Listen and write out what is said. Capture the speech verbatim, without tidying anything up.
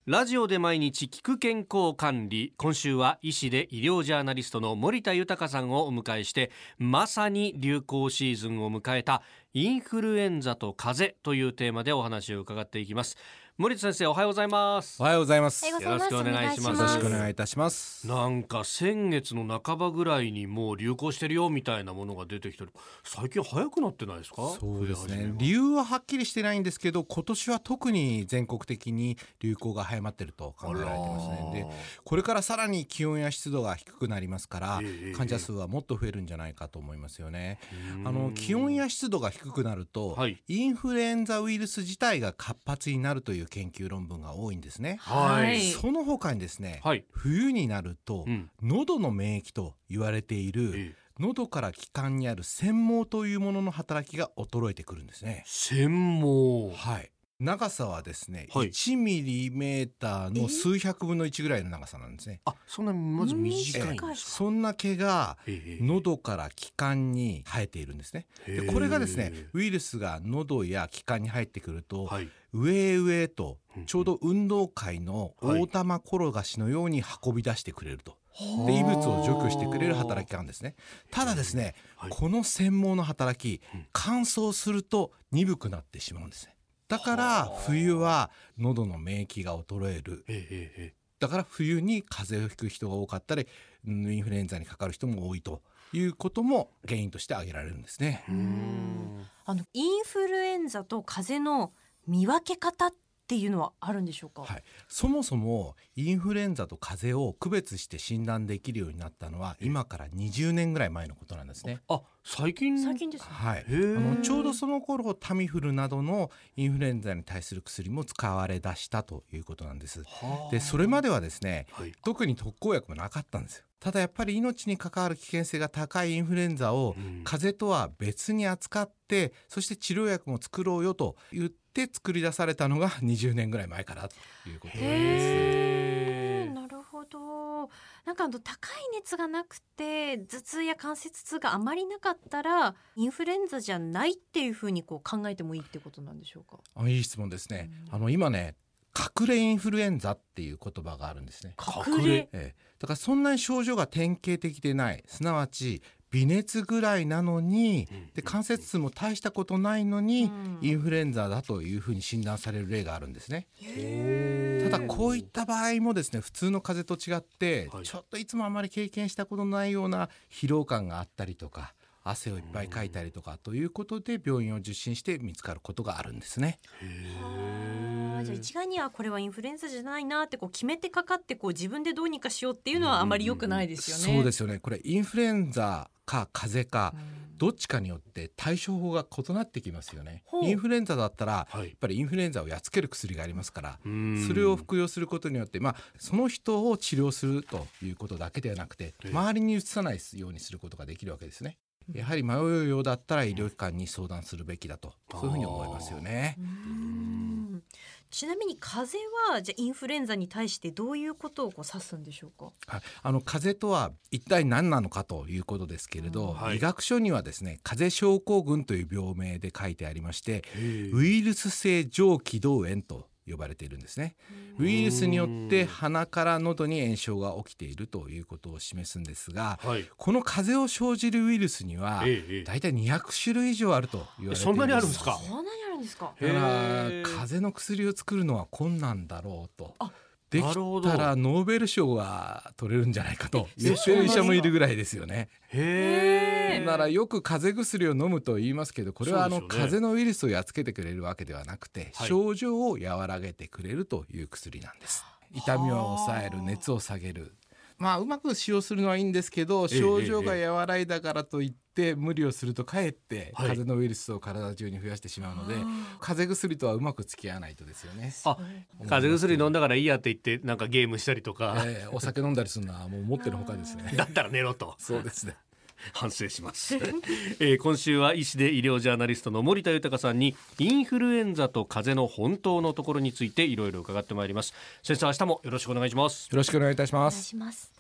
ラジオで毎日聞く健康管理。今週は医師で医療ジャーナリストの森田豊さんをお迎えして、まさに流行シーズンを迎えたインフルエンザと風邪というテーマでお話を伺っていきます。森田先生、おはようございます。 おはようございます。 よろしくお願いします。 よろしくお願いいたします。 なんか先月の半ばぐらいにもう流行してるよみたいなものが出てきてる。最近早くなってないですか？ そうですね。理由ははっきりしてないんですけど、今年は特に全国的に流行が早まってると考えられてますね。で、これからさらに気温や湿度が低くなりますから、えー、患者数はもっと増えるんじゃないかと思いますよね。あの気温や湿度が低くなると、はい、インフルエンザウイルス自体が活発になるという研究論文が多いんですね。 はい、 その他にですね、 はい、 冬になると、うん、喉の免疫と言われている、えー喉から気管にある繊毛というものの働きが衰えてくるんですね。 繊毛、 はい、長さはですね、 はい、 いちミリメーターの数百分のいちぐらいの長さなんですね。 あ、そんなまず短いんですか？ そんな毛が喉から気管に生えているんですね。でこれがですね、ウイルスが喉や気管に入ってくると、はい、上へ上へとちょうど運動会の大玉転がしのように運び出してくれると、で異物を除去してくれる働きがあるんですね。ただですね、はい、この繊毛の働き、乾燥すると鈍くなってしまうんですね。だから冬は喉の免疫が衰える。だから冬に風邪をひく人が多かったり、インフルエンザにかかる人も多いということも原因として挙げられるんですね。 うーん、あのインフルエンザと風邪の見分け方っていうのはあるんでしょうか？ はい、そもそもインフルエンザと風邪を区別して診断できるようになったのは今からにじゅうねんぐらい前のことなんですね。 あ、最近最近ですね。 はい、あのちょうどその頃タミフルなどのインフルエンザに対する薬も使われ出したということなんです。でそれまではですね、はい、特に特効薬もなかったんですよ。ただやっぱり命に関わる危険性が高いインフルエンザを風邪とは別に扱って、そして治療薬も作ろうよと言って作り出されたのがにじゅうねんぐらい前からということです。 へー、なるほど。なんかあの高い熱がなくて頭痛や関節痛があまりなかったらインフルエンザじゃないっていうふうにこう考えてもいいってことなんでしょうか？ あ、いい質問ですね。あの今ね、隠れインフルエンザっていう言葉があるんですね。 隠れ、 ええ、だからそんなに症状が典型的でない、すなわち微熱ぐらいなのに、で関節痛も大したことないのに、うん、インフルエンザだというふうに診断される例があるんですね。ただこういった場合もですね、普通の風邪と違って、はい、ちょっといつもあまり経験したことないような疲労感があったりとか、汗をいっぱいかいたりとかということで病院を受診して見つかることがあるんですね。 へー、じゃあ一概にはこれはインフルエンザじゃないなってこう決めてかかってこう自分でどうにかしようっていうのはあまり良くないですよね。 そうですよね。これインフルエンザか風邪かどっちかによって対処法が異なってきますよね。インフルエンザだったらやっぱりインフルエンザをやっつける薬がありますから、それを服用することによって、まあ、その人を治療するということだけではなくて周りにうつさないようにすることができるわけですね。やはり迷うようだったら医療機関に相談するべきだと、そういうふうに思いますよね。 うーん、ちなみに風邪はじゃあインフルエンザに対してどういうことをこう指すんでしょうか？ はい、あの風邪とは一体何なのかということですけれど、はい、医学書にはですね、風邪症候群という病名で書いてありまして、ウイルス性上気道炎と呼ばれているんですね。ウイルスによって鼻から喉に炎症が起きているということを示すんですが、はい、この風邪を生じるウイルスにはだいたいにひゃくしゅるい以上あると言われているんです。 そんなにあるんですか？ そんなにあるんですか？ だから風邪の薬を作るのは困難だろうと、できたらノーベル賞が取れるんじゃないかと言ってる医者もいるぐらいですよね。 へー。 ならよく風邪薬を飲むと言いますけど、これはあの風邪のウイルスをやっつけてくれるわけではなくて、はい、症状を和らげてくれるという薬なんです。痛みを抑える、熱を下げる、まあうまく使用するのはいいんですけど、症状が和らいだからといって無理をするとかえって風邪のウイルスを体中に増やしてしまうので、はい、風邪薬とはうまく付き合わないとですよね。 あ、風邪薬飲んだからいいやって言ってなんかゲームしたりとか、 えー、お酒飲んだりするのはもう持ってるほかですね。 だったら寝ろと。 そうですね。 反省します、えー、今週は医師で医療ジャーナリストの森田豊さんにインフルエンザと風邪の本当のところについていろいろ伺ってまいります。先生、明日もよろしくお願いします。 よろしくお願いいたします。 お願いします。